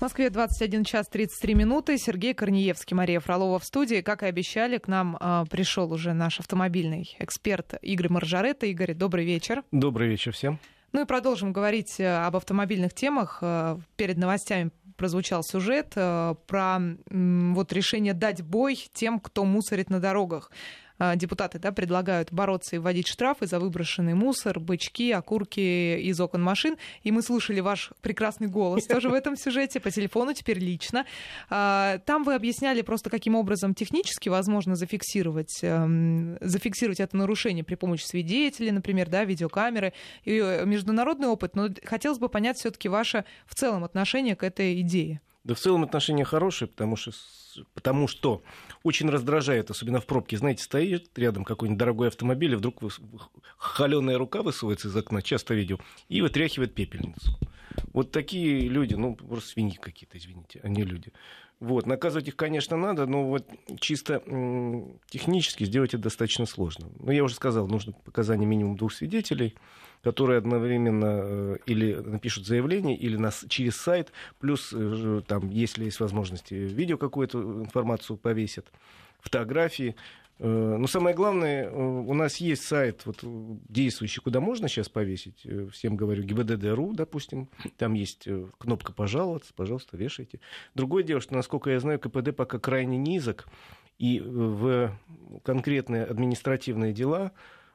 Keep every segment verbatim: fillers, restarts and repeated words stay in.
Москве двадцать один час тридцать три минуты. Сергей Корнеевский, Мария Фролова в студии. Как и обещали, к нам а, пришел уже наш автомобильный эксперт Игорь Маржаретта. Игорь, добрый вечер. Добрый вечер всем. Ну и продолжим говорить об автомобильных темах. Перед новостями прозвучал сюжет про вот решение дать бой тем, кто мусорит на дорогах. Депутаты, да, предлагают бороться и вводить штрафы за выброшенный мусор, бычки, окурки из окон машин. И мы слушали ваш прекрасный голос тоже в этом сюжете, по телефону, теперь лично. Там вы объясняли просто, каким образом технически возможно зафиксировать, зафиксировать это нарушение при помощи свидетелей, например, да, видеокамеры. И международный опыт, но хотелось бы понять все-таки ваше в целом отношение к этой идее. Да в целом отношения хорошие, потому что, потому что очень раздражает, особенно в пробке. Знаете, стоит рядом какой-нибудь дорогой автомобиль, и вдруг холеная рука высовывается из окна, часто видел, и вытряхивает пепельницу. Вот такие люди, ну, просто свиньи какие-то, извините, а не люди. Вот, наказывать их, конечно, надо, но вот чисто м- технически сделать это достаточно сложно. Ну, я уже сказал, нужно показания минимум двух свидетелей, которые одновременно э, или напишут заявление, или нас через сайт, плюс, э, там, если есть возможность, видео какую-то информацию повесят, фотографии. Э, но самое главное, э, у нас есть сайт вот, действующий, куда можно сейчас повесить. Э, всем говорю, ГИБДД точка ру, допустим. Там есть э, кнопка «Пожаловаться», пожалуйста, вешайте. Другое дело, что, насколько я знаю, ка пэ дэ пока крайне низок, и в конкретные административные дела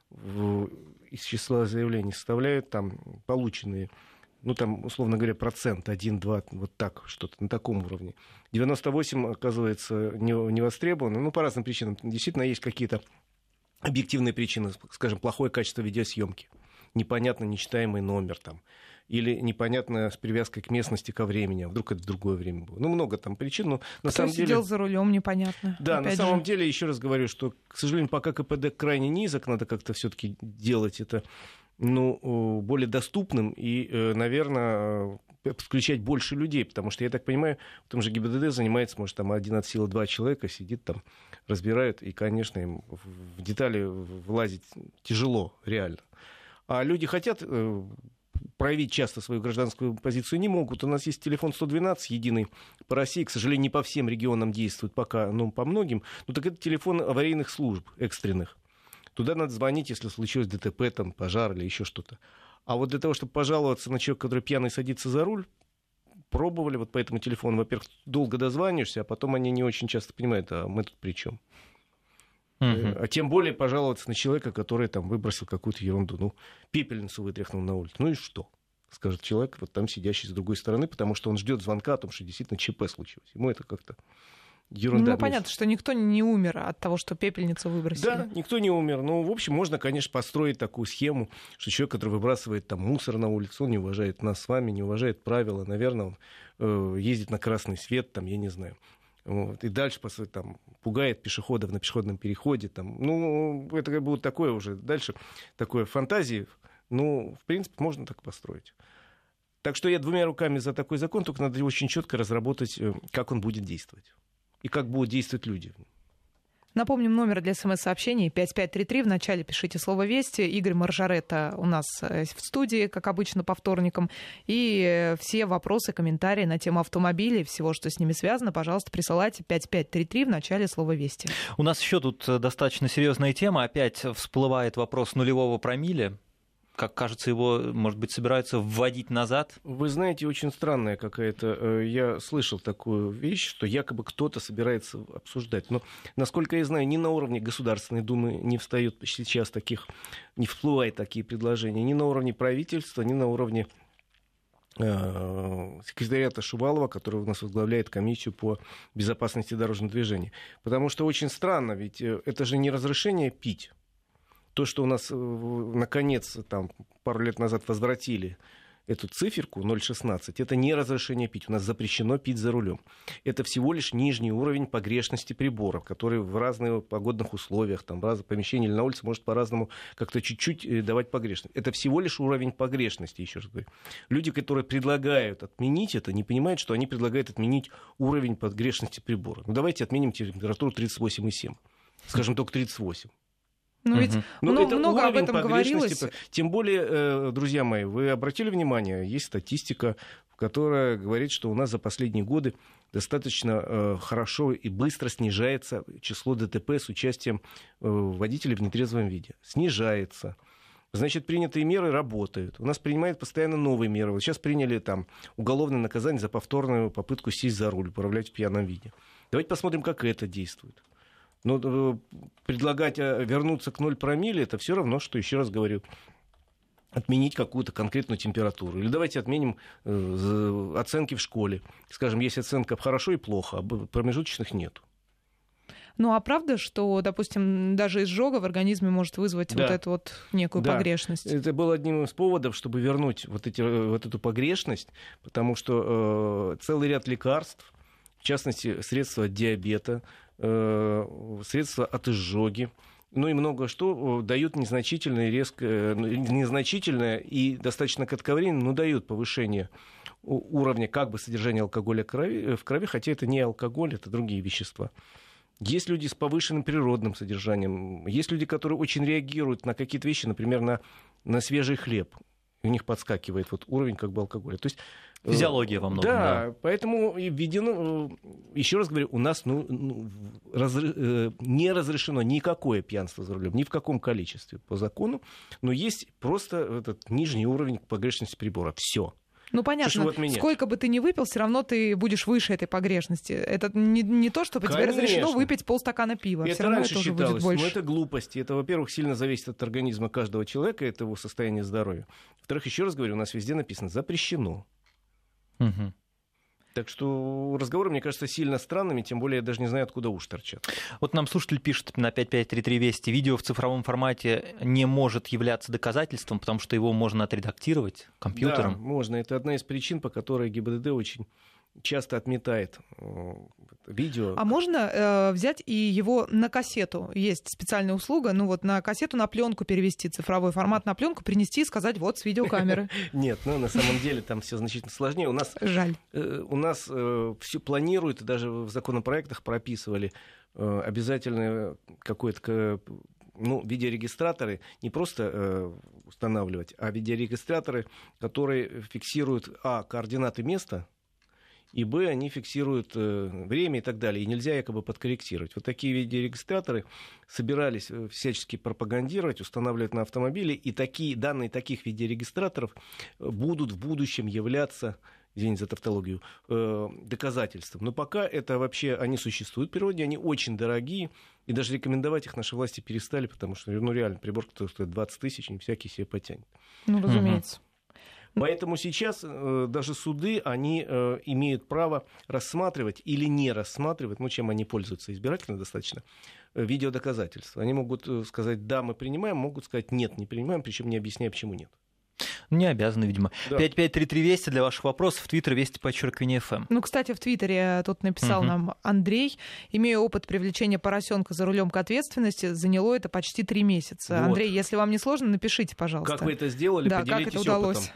в, из числа заявлений составляют там полученные, ну там, условно говоря, процент, один-два, вот так, что-то на таком уровне. девяносто восемь, оказывается, не, не востребовано, ну, по разным причинам. Действительно, есть какие-то объективные причины, скажем, плохое качество видеосъемки, непонятно нечитаемый номер там, или непонятно с привязкой к местности, ко времени, а вдруг это в другое время было. Ну, много там причин, но на Кто самом деле... сидел за рулем, непонятно. Да, на самом же. деле, еще раз говорю, что, к сожалению, пока ка пэ дэ крайне низок, надо как-то все-таки делать это, ну, более доступным и, наверное, подключать больше людей, потому что, я так понимаю, в том же гэ и бэ дэ дэ занимается, может, там один от силы два человека сидит там, разбирают, и, конечно, им в детали влазить тяжело, реально. А люди хотят проявить часто свою гражданскую позицию, не могут. У нас есть телефон сто двенадцать, единый по России, к сожалению, не по всем регионам действует пока, но по многим. Ну, так это телефон аварийных служб экстренных. Туда надо звонить, если случилось дэ тэ пэ, там, пожар или еще что-то. А вот для того, чтобы пожаловаться на человека, который пьяный садится за руль, пробовали вот по этому телефону. Во-первых, долго дозваниваешься, а потом они не очень часто понимают, а мы тут при чем? Uh-huh. А тем более пожаловаться на человека, который там выбросил какую-то ерунду. Ну, пепельницу вытряхнул на улицу. Ну и что? Скажет человек, вот там сидящий с другой стороны, потому что он ждет звонка о том, что действительно ЧП случилось. Ему это как-то ерунда. Ну, понятно, что никто не умер от того, что пепельницу выбросили. Да, никто не умер. Ну, в общем, можно, конечно, построить такую схему, что человек, который выбрасывает там мусор на улицу, он не уважает нас с вами, не уважает правила. Наверное, он э, ездит на красный свет, там, я не знаю. Вот, и дальше там, пугает пешеходов на пешеходном переходе. Там, ну, это будет такое уже дальше, такое фантазии. Ну, в принципе, можно так построить. Так что я двумя руками за такой закон, только надо очень четко разработать, как он будет действовать. И как будут действовать люди. Напомним, номер для смс-сообщений пять пять три три. Вначале пишите слово «Вести». Игорь Маржаретта у нас в студии, как обычно, по вторникам. И все вопросы, комментарии на тему автомобилей, всего, что с ними связано, пожалуйста, присылайте пять пять три три в начале слова «Вести». У нас еще тут достаточно серьезная тема. Опять всплывает вопрос нулевого промилле. Как кажется, его, может быть, собираются вводить назад? Вы знаете, очень странная какая-то... Я слышал такую вещь, что якобы кто-то собирается обсуждать. Но, насколько я знаю, ни на уровне Государственной Думы не встает сейчас таких... не всплывает такие предложения. Ни на уровне правительства, ни на уровне э, секретариата Шувалова, который у нас возглавляет комиссию по безопасности дорожного движения. Потому что очень странно, ведь это же не разрешение пить. То, что у нас, наконец, там, пару лет назад возвратили эту циферку ноль шестнадцать, это не разрешение пить. У нас запрещено пить за рулем. Это всего лишь нижний уровень погрешности приборов, который в разных погодных условиях, там, в разных помещениях или на улице может по-разному как-то чуть-чуть давать погрешность. Это всего лишь уровень погрешности, еще раз говорю. Люди, которые предлагают отменить это, не понимают, что они предлагают отменить уровень погрешности прибора. Ну, давайте отменим температуру тридцать восемь и семь. Скажем, только тридцать восемь. Ну, ведь Но много, это много об этом погрешности. говорилось. Тем более, друзья мои, вы обратили внимание, есть статистика, которая говорит, что у нас за последние годы достаточно хорошо и быстро снижается число ДТП с участием водителей в нетрезвом виде. Снижается. Значит, принятые меры работают. У нас принимают постоянно новые меры. Вот сейчас приняли там уголовное наказание за повторную попытку сесть за руль, управлять в пьяном виде. Давайте посмотрим, как это действует. Но предлагать вернуться к ноль промилле, это все равно, что, еще раз говорю, отменить какую-то конкретную температуру. Или давайте отменим э, оценки в школе. Скажем, есть оценка хорошо и плохо, а промежуточных нет. Ну, а правда, что, допустим, даже изжога в организме может вызвать да. вот эту вот некую да. погрешность? Это было одним из поводов, чтобы вернуть вот, эти, вот эту погрешность, потому что э, целый ряд лекарств, в частности, средства от диабета, средства от изжоги, ну и много что дают незначительное, резко, незначительное и достаточно кратковременно, но дают повышение уровня как бы содержания алкоголя в крови, хотя это не алкоголь, это другие вещества. Есть люди с повышенным природным содержанием, есть люди, которые очень реагируют на какие-то вещи, например, на, на свежий хлеб. У них подскакивает вот уровень как бы алкоголя. То есть, физиология во многом. Да, да. Поэтому введено, еще раз говорю, у нас ну, ну, разр... не разрешено никакое пьянство за рулем, ни в каком количестве по закону, но есть просто этот нижний уровень погрешности прибора. Все. Ну, понятно, сколько бы ты ни выпил, все равно ты будешь выше этой погрешности. Это не, не то, чтобы тебе разрешено выпить полстакана пива. Это все равно раньше это уже считалось, будет больше. Но это глупости. Это, во-первых, сильно зависит от организма каждого человека, это его состояние здоровья. Во-вторых, еще раз говорю, у нас везде написано «запрещено». Угу. Так что разговоры, мне кажется, сильно странными, тем более я даже не знаю, откуда уши торчат. Вот нам слушатель пишет на пять пять три три Вести: видео в цифровом формате не может являться доказательством, потому что его можно отредактировать компьютером. Да, можно. Это одна из причин, по которой ГИБДД очень часто отметает видео. А можно э, взять и его на кассету? Есть специальная услуга, ну вот на кассету, на пленку перевести, цифровой формат на пленку, принести и сказать: вот с видеокамеры. Нет, ну на самом деле там все значительно сложнее. У нас, Жаль. У нас все планируют, даже в законопроектах прописывали обязательно какое-то... Ну, видеорегистраторы не просто э, устанавливать, а видеорегистраторы, которые фиксируют, а, координаты места, и, б, они фиксируют э, время и так далее, и нельзя якобы подкорректировать. Вот такие видеорегистраторы собирались всячески пропагандировать, устанавливать на автомобили, и такие, данные таких видеорегистраторов будут в будущем являться, извините за тавтологию, э, доказательством. Но пока это вообще, они существуют в природе, они очень дорогие, и даже рекомендовать их наши власти перестали, потому что, ну, реально, прибор, который стоит двадцать тысяч, не всякий себе потянет. Ну, разумеется. Поэтому сейчас э, даже суды, они э, имеют право рассматривать или не рассматривать, ну, чем они пользуются избирательно достаточно, э, видеодоказательства. Они могут э, сказать: да, мы принимаем, могут сказать: нет, не принимаем, причем не объясняя, почему нет. Не обязаны, видимо. Да. пять пять три три Вести для ваших вопросов. В Твиттер Вести подчеркивание эф эм. Ну, кстати, в Твиттере тут написал угу. нам Андрей: имея опыт привлечения поросенка за рулем к ответственности, заняло это почти три месяца. Вот. Андрей, если вам не сложно, напишите, пожалуйста. Как вы это сделали, да, поделитесь как это удалось. опытом.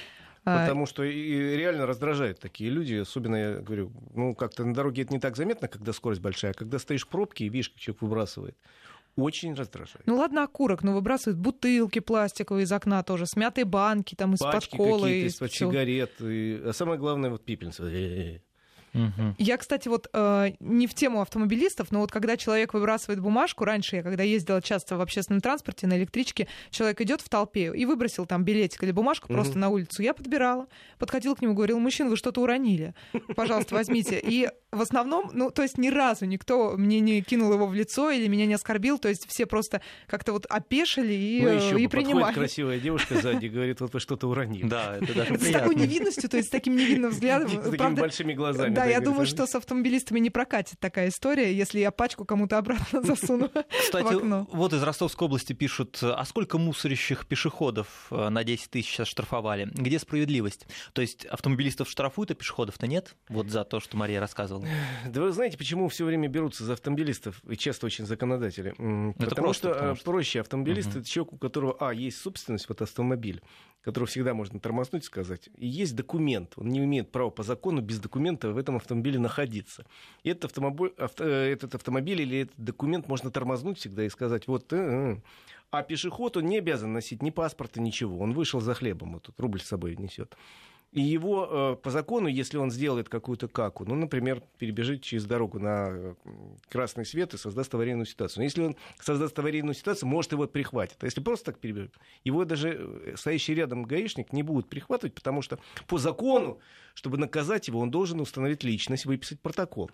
Потому что и реально раздражают такие люди, особенно, я говорю, ну, как-то на дороге это не так заметно, когда скорость большая, а когда стоишь в пробке и видишь, как человек выбрасывает. Очень раздражает. Ну ладно, окурок, но выбрасывают бутылки пластиковые из окна тоже, смятые банки там из-под пачки колы. какие-то из-под сигарет. И... А самое главное, вот пепельница. Угу. Я, кстати, вот э, не в тему автомобилистов, но вот когда человек выбрасывает бумажку, раньше я, когда ездила часто в общественном транспорте, на электричке, человек идет в толпе и выбросил там билетик или бумажку просто угу. на улицу. Я подбирала, подходила к нему, говорила: мужчина, вы что-то уронили, пожалуйста, возьмите. И в основном, ну, то есть ни разу никто мне не кинул его в лицо или меня не оскорбил, то есть все просто как-то вот опешили и, ну, еще и принимали. Подходит красивая девушка сзади и говорит: вот вы что-то уронили. Да, это даже с такой невинностью, то есть с таким невинным взглядом. С такими большими глазами. Да, я думаю, что с автомобилистами не прокатит такая история, если я пачку кому-то обратно засуну Кстати, в окно. Вот из Ростовской области пишут: а сколько мусорящих пешеходов на десять тысяч сейчас штрафовали? Где справедливость? То есть автомобилистов штрафуют, а пешеходов-то нет? Вот за то, что Мария рассказывала. Да вы знаете, почему все время берутся за автомобилистов, и часто очень законодатели? Это потому, просто, что потому что проще автомобилист угу. это человек, у которого, а, есть собственность, вот автомобиль, которого всегда можно тормознуть и сказать, и есть документ. Он не имеет права по закону без документа в этом автомобиле находиться. И этот автомобиль, авто, этот автомобиль или этот документ можно тормознуть всегда и сказать, вот... Э-э. А пешеход, он не обязан носить ни паспорта, ничего. Он вышел за хлебом, вот тут рубль с собой несет. И его э, по закону, если он сделает какую-то каку, ну, например, перебежит через дорогу на красный свет и создаст аварийную ситуацию. Но если он создаст аварийную ситуацию, может, его прихватит. А если просто так перебежит, его даже стоящий рядом гаишник не будет прихватывать, потому что по закону, чтобы наказать его, он должен установить личность, выписать протокол.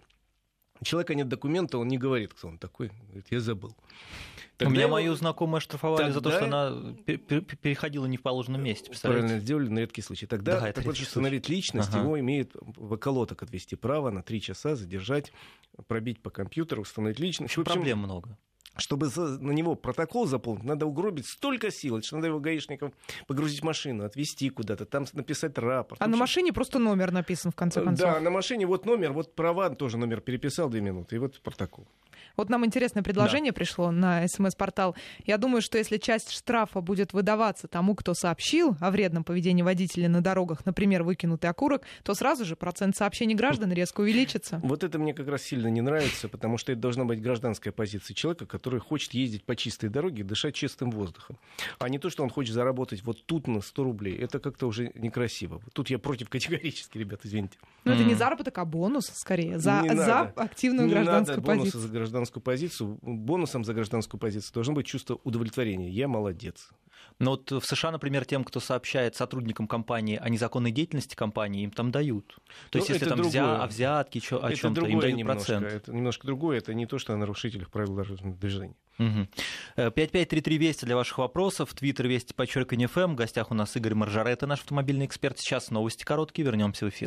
У человека нет документа, он не говорит, кто он такой. Говорит, я забыл. Тогда У меня его... мою знакомую оштрафовали Тогда... за то, что она переходила не в положенном месте. Правильно сделали, на редкий случай. Тогда да, так вот, установить личность, ага. его имеет в околоток отвести право на три часа, задержать, пробить по компьютеру, установить личность. Проблем общем... много. Чтобы за, на него протокол заполнить, надо угробить столько сил, что надо его гаишникам погрузить в машину, отвезти куда-то, там написать рапорт. А общем... на машине просто номер написан, в конце концов. Да, на машине вот номер, вот права, тоже номер переписал две минуты, и вот протокол. Вот нам интересное предложение да. пришло на СМС-портал. Я думаю, что если часть штрафа будет выдаваться тому, кто сообщил о вредном поведении водителя на дорогах, например, выкинутый окурок, то сразу же процент сообщений граждан резко увеличится. Вот это мне как раз сильно не нравится, потому что это должна быть гражданская позиция человека, который хочет ездить по чистой дороге и дышать чистым воздухом. А не то, что он хочет заработать вот тут на сто рублей. Это как-то уже некрасиво. Тут я против категорически, ребят, извините. Но mm. это не заработок, а бонус, скорее, за, за активную не гражданскую надо позицию. За гражданскую позицию. Бонусом за гражданскую позицию должно быть чувство удовлетворения. Я молодец. Но вот в США, например, тем, кто сообщает сотрудникам компании о незаконной деятельности компании, им там дают. То есть, если там взя... о взятке, чё, о чем-то, им дают немножко. процент. Это немножко другое. Это не то, что о нарушителях правил дорожного движения. Угу. пять пять три три Вести для ваших вопросов. Твиттер Вести подчеркивание эф эм. В гостях у нас Игорь Маржаретта, наш автомобильный эксперт. Сейчас новости короткие. Вернемся в эфир.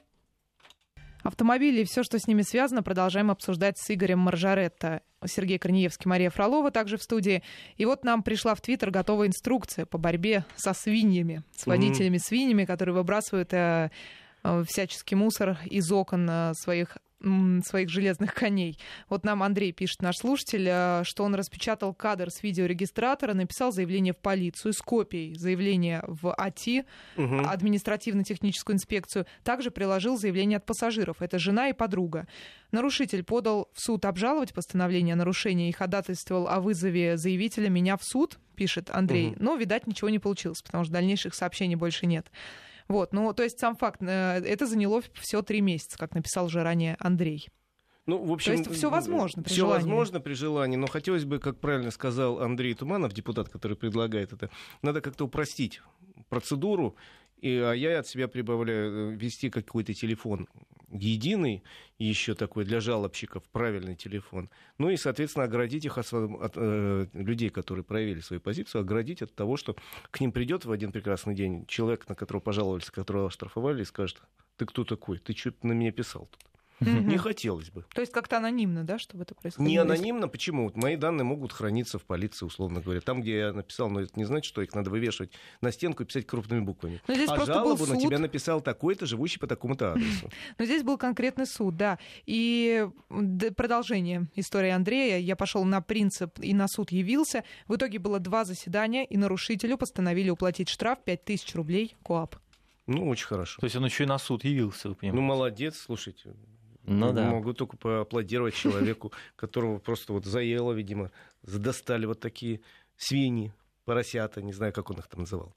Автомобили и все, что с ними связано, продолжаем обсуждать с Игорем Маржаретто. Сергей Корнеевский, Мария Фролова также в студии. И вот нам пришла в Твиттер готовая инструкция по борьбе со свиньями, с водителями-свиньями, которые выбрасывают э, э, всяческий мусор из окон э, своих своих железных коней. Вот нам Андрей пишет, наш слушатель, что он распечатал кадр с видеорегистратора, написал заявление в полицию с копией заявления в АТИ, угу. административно-техническую инспекцию. Также приложил заявление от пассажиров. Это жена и подруга. Нарушитель подал в суд обжаловать постановление о нарушении и ходатайствовал о вызове заявителя меня в суд, пишет Андрей. Угу. Но, видать, ничего не получилось, потому что дальнейших сообщений больше нет. Вот, ну, то есть сам факт, это заняло все три месяца, как написал уже ранее Андрей. Ну, в общем, то есть все возможно при все желании. возможно при желании, но хотелось бы, как правильно сказал Андрей Туманов, депутат, который предлагает это, надо как-то упростить процедуру, и, а я от себя прибавляю, ввести какой-то телефон единый, еще такой для жалобщиков, правильный телефон. Ну и, соответственно, оградить их от, от э, людей, которые проявили свою позицию, оградить от того, что к ним придет в один прекрасный день человек, на которого пожаловались, которого оштрафовали, и скажет: ты кто такой? Ты что на меня писал тут? Mm-hmm. Не хотелось бы. То есть как-то анонимно, да, чтобы это происходило? Не анонимно, почему? Вот мои данные могут храниться в полиции, условно говоря. Там, где я написал, но это не значит, что их надо вывешивать на стенку и писать крупными буквами. А жалобу на тебя написал такой-то, живущий по такому-то адресу. Но здесь был конкретный суд, да. И продолжение истории Андрея. Я пошел на принцип и на суд явился. В итоге было два заседания, и нарушителю постановили уплатить штраф пять тысяч рублей КоАП. Ну, очень хорошо. То есть он еще и на суд явился, вы понимаете? Ну, молодец, слушайте. Ну, да. Могу только поаплодировать человеку, которого просто вот заело, видимо, задостали вот такие свиньи, поросята, не знаю, как он их там называл.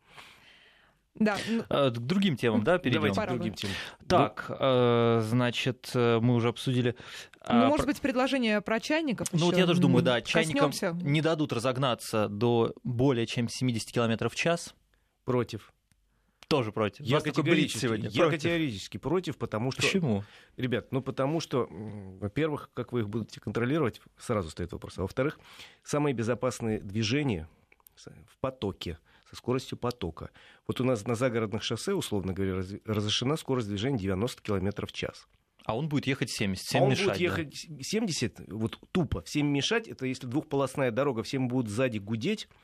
Да. К другим темам, да, перейдем? Давайте к другим темам. Так, ну, значит, мы уже обсудили... Ну, может быть, предложение про чайников Ну, еще вот я тоже думаю, да, чайникам коснемся. Не дадут разогнаться до более чем семьдесят километров в час. Против. Тоже против. Я, категорически, я против. категорически против, потому что... Почему? Ребят, ну потому что, во-первых, как вы их будете контролировать, сразу стоит вопрос. А во-вторых, самые безопасные движения в потоке, со скоростью потока. Вот у нас на загородных шоссе, условно говоря, разрешена скорость движения девяносто километров в час. А он будет ехать семьдесят, всем а он мешать. будет ехать семьдесят, вот тупо, всем мешать, это если двухполосная дорога, всем будут сзади гудеть,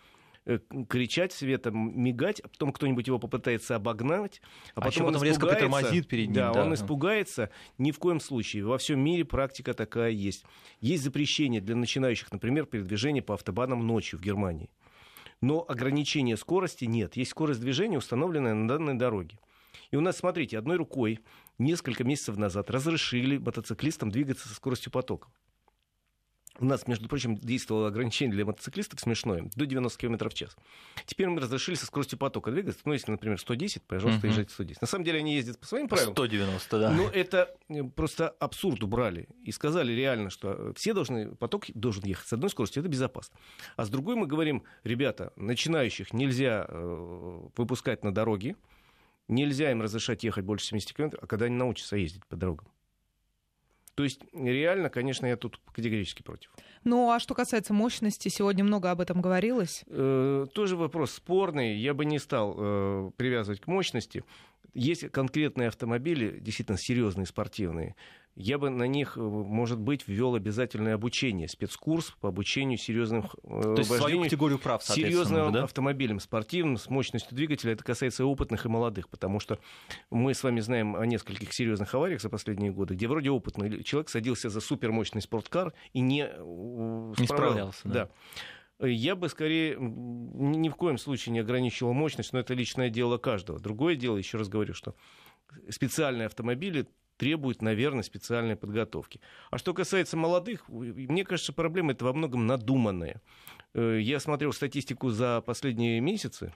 кричать светом, мигать, а потом кто-нибудь его попытается обогнать, а потом, а он потом резко притормозит перед ним. Да, да, он испугается. Ни в коем случае. Во всем мире практика такая есть. Есть запрещение для начинающих, например, передвижения по автобанам ночью в Германии. Но ограничения скорости нет. Есть скорость движения, установленная на данной дороге. И у нас, смотрите, одной рукой несколько месяцев назад разрешили мотоциклистам двигаться со скоростью потока. У нас, между прочим, действовало ограничение для мотоциклистов смешное, до девяносто километров в час. Теперь мы разрешили со скоростью потока двигаться. Ну, если, например, сто десять, пожалуйста, uh-huh. езжайте сто десять. На самом деле они ездят по своим правилам. сто девяносто, да. Но это просто абсурд убрали. И сказали реально, что все должны, поток должен ехать с одной скоростью, это безопасно. А с другой мы говорим, ребята, начинающих нельзя э, выпускать на дороги, нельзя им разрешать ехать больше семьдесят километров, а когда они научатся ездить по дорогам. То есть реально, конечно, я тут категорически против. Ну, а что касается мощности, сегодня много об этом говорилось. Э, тоже вопрос спорный. Я бы не стал э, привязывать к мощности. Есть конкретные автомобили, действительно серьезные, спортивные. Я бы на них, может быть, ввел обязательное обучение, спецкурс по обучению серьезным То есть свою категорию прав, серьезным да? автомобилем, спортивным, с мощностью двигателя. Это касается опытных и молодых, потому что мы с вами знаем о нескольких серьезных авариях за последние годы, где вроде опытный человек садился за супермощный спорткар и не, не справлялся. Да. Да. Я бы скорее ни в коем случае не ограничивал мощность, но это личное дело каждого. Другое дело, еще раз говорю, что специальные автомобили требует, наверное, специальной подготовки. А что касается молодых, мне кажется, проблема это во многом надуманная. Я смотрел статистику за последние месяцы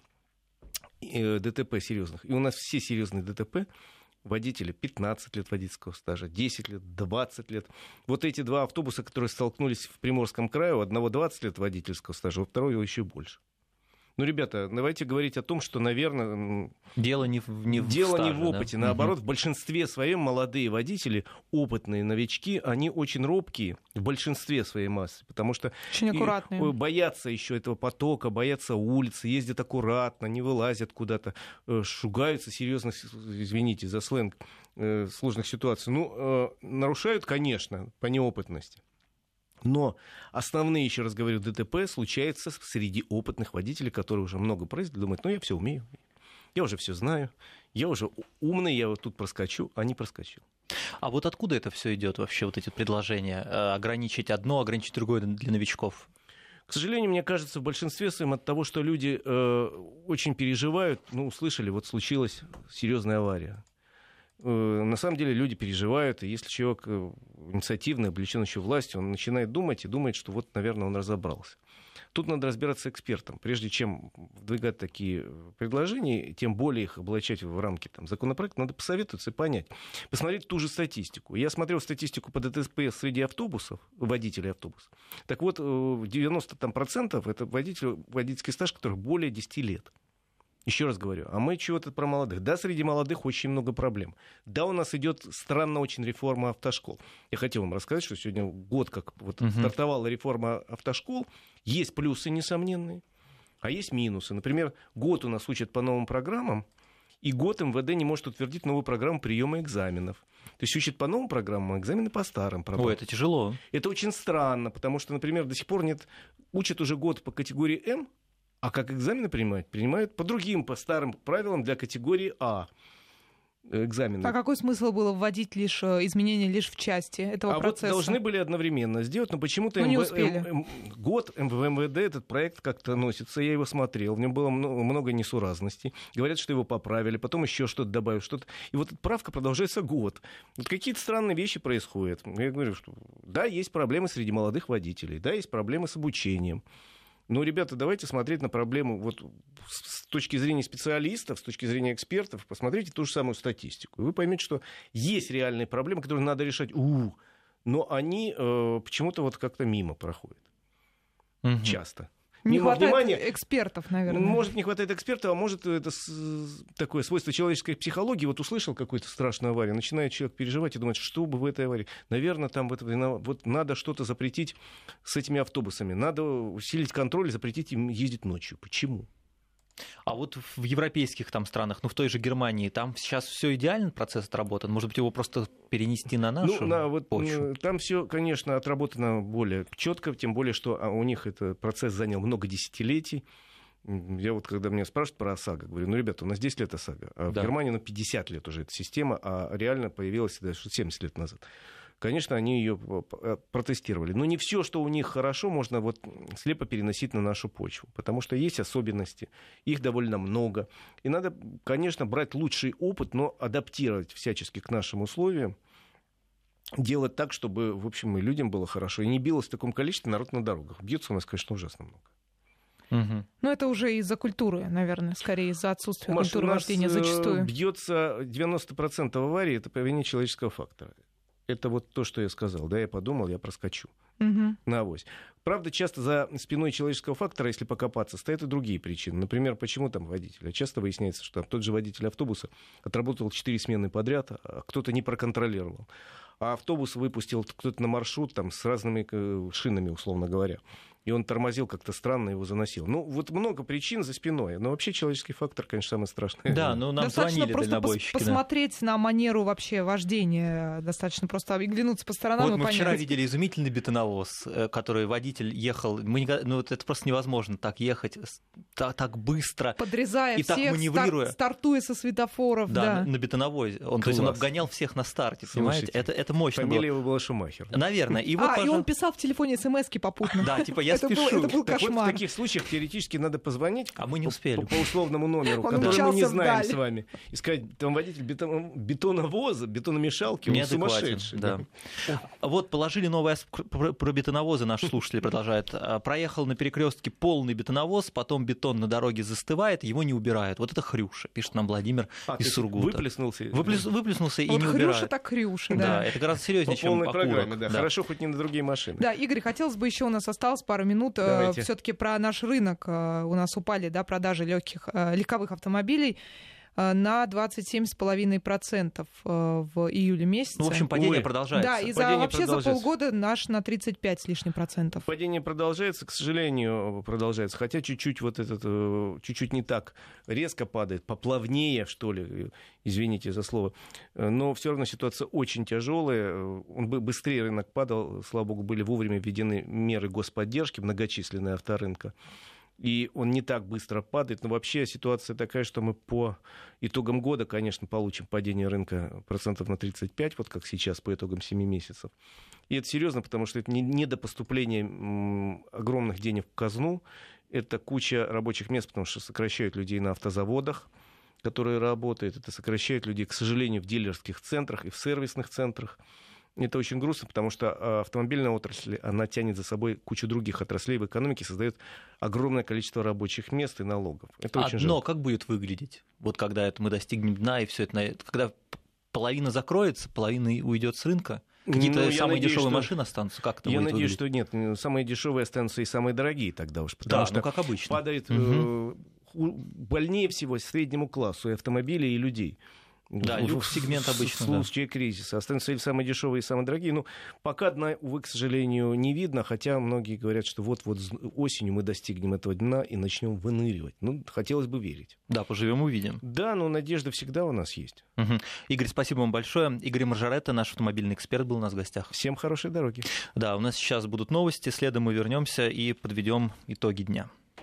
ДТП серьезных, и у нас все серьезные ДТП водители пятнадцать лет водительского стажа, десять лет, двадцать лет. Вот эти два автобуса, которые столкнулись в Приморском крае, у одного двадцать лет водительского стажа, у второго еще больше. Ну, ребята, давайте говорить о том, что, наверное, дело не в, не в, дело стаже, не в опыте. Да? Наоборот, угу. В большинстве своем молодые водители, опытные новички, они очень робкие в большинстве своей массы, потому что очень аккуратные. Боятся еще этого потока, боятся улицы, ездят аккуратно, не вылазят куда-то, шугаются серьезно, извините за сленг, сложных ситуаций. Ну, нарушают, конечно, по неопытности. Но основные, еще раз говорю, ДТП случаются среди опытных водителей, которые уже много проездили, думают, ну я все умею, я уже все знаю, я уже умный, я вот тут проскочу, а не проскочил. А вот откуда это все идет вообще, вот эти предложения, ограничить одно, ограничить другое для новичков? К сожалению, мне кажется, в большинстве своем от того, что люди э, очень переживают, ну, услышали, вот случилась серьезная авария. На самом деле люди переживают, и если человек инициативный, облечен еще властью, он начинает думать и думает, что вот, наверное, он разобрался. Тут надо разбираться экспертам. Прежде чем выдвигать такие предложения, тем более их облачать в рамки там, законопроекта, надо посоветоваться и понять. Посмотреть ту же статистику. Я смотрел статистику по ДТП среди автобусов, водителей автобусов. Так вот, девяносто процентов это водители, водительский стаж, который более десяти лет. Еще раз говорю, а мы чего-то про молодых. Да, среди молодых очень много проблем. Да, у нас идет странно очень реформа автошкол. Я хотел вам рассказать, что сегодня год, как вот uh-huh. стартовала реформа автошкол. Есть плюсы несомненные, а есть минусы. Например, год у нас учат по новым программам, и год МВД не может утвердить новую программу приема экзаменов. То есть учат по новым программам, а экзамены по старым программам. Ой, это тяжело. Это очень странно, потому что, например, до сих пор нет... Учат уже год по категории М, а как экзамены принимают? Принимают по другим, по старым правилам для категории А экзамены. А какой смысл было вводить лишь изменения лишь в части этого а процесса? А вот должны были одновременно сделать, но почему-то ну, МВ... не успели. М... М... год в МВД этот проект как-то носится, я его смотрел, в нем было много несуразностей. Говорят, что его поправили, потом еще что-то добавили, что-то. И вот эта правка продолжается год. Вот какие-то странные вещи происходят. Я говорю, что да, есть проблемы среди молодых водителей, да, есть проблемы с обучением. Но, ребята, давайте смотреть на проблему вот с точки зрения специалистов, с точки зрения экспертов. Посмотрите ту же самую статистику. И вы поймете, что есть реальные проблемы, которые надо решать. У-у-у. Но они э, почему-то вот как-то мимо проходят. Угу. Часто. Не Мимо хватает внимания. экспертов, наверное. Может, не хватает экспертов, а может, это такое свойство человеческой психологии. Вот услышал какую-то страшную аварию, начинает человек переживать и думать, что бы в этой аварии. Наверное, там в этом, вот надо что-то запретить с этими автобусами. Надо усилить контроль и запретить им ездить ночью. Почему? А вот в европейских там странах, ну в той же Германии, там сейчас все идеально, процесс отработан. Может быть, его просто перенести на нашу ну, на, вот, почву? Там все, конечно, отработано более четко, тем более, что у них этот процесс занял много десятилетий. Я вот, когда меня спрашивают про ОСАГО, говорю, ну, ребята, у нас десять лет ОСАГО, а Да. в Германии, ну, пятьдесят лет уже эта система, а реально появилась даже семьдесят лет назад. Конечно, они ее протестировали. Но не все, что у них хорошо, можно вот слепо переносить на нашу почву, потому что есть особенности, их довольно много. И надо, конечно, брать лучший опыт, но адаптировать всячески к нашим условиям, делать так, чтобы, в общем, и людям было хорошо. И не билось в таком количестве народ на дорогах. Бьется у нас, конечно, ужасно много. Угу. Ну, это уже из-за культуры, наверное, скорее из-за отсутствия Маш, культуры у нас, вождения э, зачастую. бьется девяносто процентов аварий, это по вине человеческого фактора. Это вот то, что я сказал. Да, я подумал, я проскочу Угу. на авось. Правда, часто за спиной человеческого фактора, если покопаться, стоят и другие причины. Например, почему там водитель? А часто выясняется, что там тот же водитель автобуса отработал четыре смены подряд, а кто-то не проконтролировал. А автобус выпустил кто-то на маршрут там, с разными э, шинами, условно говоря. И он тормозил как-то странно, его заносил. Ну, вот много причин за спиной. Но вообще человеческий фактор, конечно, самый страшный. Да, ну нам Достаточно звонили просто пос- дальнобойщики. Да. посмотреть на манеру вообще вождения. Достаточно просто оглянуться по сторонам Вот и мы понять. вчера видели изумительный бетоновоз, э, который водитель ехал. Мы никогда- ну, вот это просто невозможно так ехать, с- та- так быстро. Подрезая И так всех, маневрируя. стар- стартуя со светофоров. Да, Да. На, на бетоновозе. Он, то есть он Класс. обгонял всех на старте, Слушайте, понимаете? Это, это мощно Фамилия было. его была Шумахер. Наверное. И вот, а, и пожалуйста. он писал в телефоне смс-ки попутно. Да, типа, я это был, спешу. это был Так вот, в кошмар. таких случаях теоретически надо позвонить А мы не по- успели. По, по условному номеру, Он который мы не умчался знаем вдаль. с вами, и сказать, там водитель бетон, бетоновоза, бетономешалки, он Неадекватен, сумасшедший. да. Вот положили новый ас- про, про бетоновозы, наши слушатели продолжают. А, Проехал на перекрестке полный бетоновоз, потом бетон на дороге застывает, его не убирают. Вот это хрюша, пишет нам Владимир А, то из есть Сургута. выплеснулся. Выплес- выплеснулся и Вот не хрюша убирают. так хрюша, Да, да. это гораздо серьезнее, По чем полной окурок. программе, да. Да. Хорошо, хоть не на другие машины. Да, Игорь, хотелось бы еще, у нас осталось пару минут, Давайте. все-таки про наш рынок. Э, У нас упали, да, продажи легких, э, легковых автомобилей э, на двадцать семь целых пять десятых процента в июле месяце. Ну, в общем, падение Ой. продолжается. да, и за, падение вообще за продолжается. полгода наш на тридцать пять с лишним процентов. Падение продолжается, к сожалению, продолжается. Хотя чуть-чуть вот этот, э, чуть-чуть не так резко падает, поплавнее, что ли, э, извините за слово. Э, Но все равно ситуация очень тяжелая. Э, Он бы быстрее рынок падал. Слава богу, были вовремя введены меры господдержки, многочисленные авторынка. И он не так быстро падает. Но вообще ситуация такая, что мы по итогам года, конечно, получим падение рынка процентов на тридцать пять, вот как сейчас по итогам семи месяцев. И это серьезно, потому что это не, не до поступления м, огромных денег в казну. Это куча рабочих мест, потому что сокращают людей на автозаводах, которые работают. Это сокращает людей, к сожалению, в дилерских центрах и в сервисных центрах. Это очень грустно, потому что автомобильная отрасль, она тянет за собой кучу других отраслей в экономике, создает огромное количество рабочих мест и налогов. Это А очень дно жалко. как будет выглядеть? Вот когда это мы достигнем дна, и все это, на- когда п- половина закроется, половина и уйдет с рынка? Какие-то Ну, я самые надеюсь, дешевые что- машины останутся? Как это Я будет надеюсь, выглядеть? что нет. Самые дешевые останутся и самые дорогие тогда уж. Потому Да, что ну как обычно. падает Мгм. э, ху- больнее всего среднему классу и автомобилей, и людей. Да, В- в- люкс-сегмент в- обычно, В случае кризиса. Останутся или самые дешевые, и самые дорогие. Ну, пока дна, увы, к сожалению, не видно, хотя многие говорят, что вот-вот осенью мы достигнем этого дна и начнем выныривать. Ну, хотелось бы верить. Да, поживем, увидим. Да, но надежда всегда у нас есть. Мгм. Игорь, спасибо вам большое. Игорь Маржаретта, наш автомобильный эксперт, был у нас в гостях. Всем хорошей дороги. Да, у нас сейчас будут новости, следом мы вернемся и подведем итоги дня.